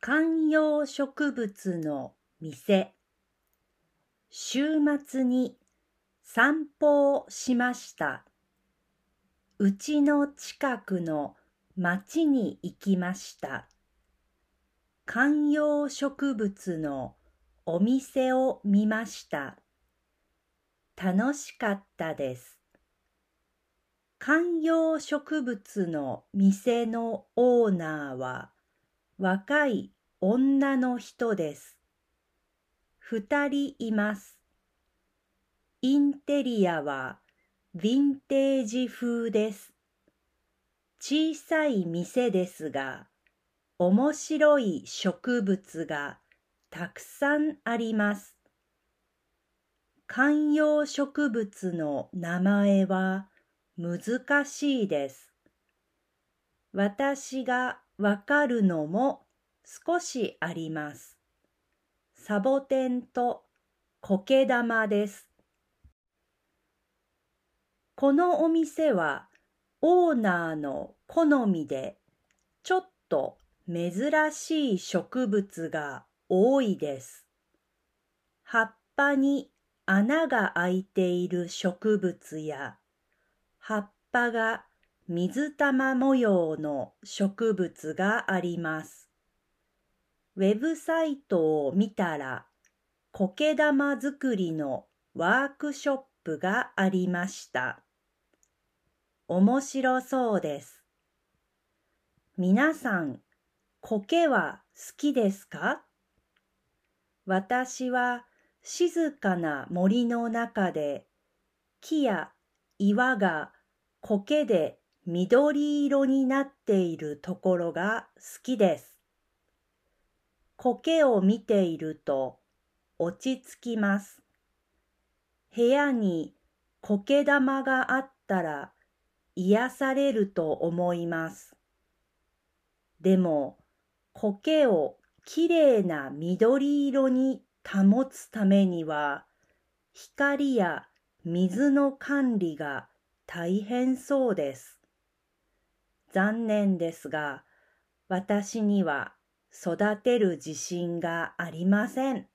観葉植物の店。週末に散歩をしました。うちの近くの町に行きました。観葉植物のお店を見ました。楽しかったです。観葉植物の店のオーナーは若い女の人です。2人います。インテリアはヴィンテージ風です。小さい店ですが、面白い植物がたくさんあります。観葉植物の名前は難しいです。私がわかるのも少しあります。サボテンと苔玉です。このお店はオーナーの好みでちょっと珍しい植物が多いです。葉っぱに穴が開いている植物や葉っぱが水玉模様の植物があります。ウェブサイトを見たら苔玉作りのワークショップがありました。面白そうです。皆さん、苔は好きですか？私は静かな森の中で木や岩が苔で緑色になっているところが好きです。苔を見ていると落ち着きます。部屋に苔玉があったら癒されると思います。でも、苔をきれいな緑色に保つためには、光や水の管理が大変そうです。残念ですが、私には育てる自信がありません。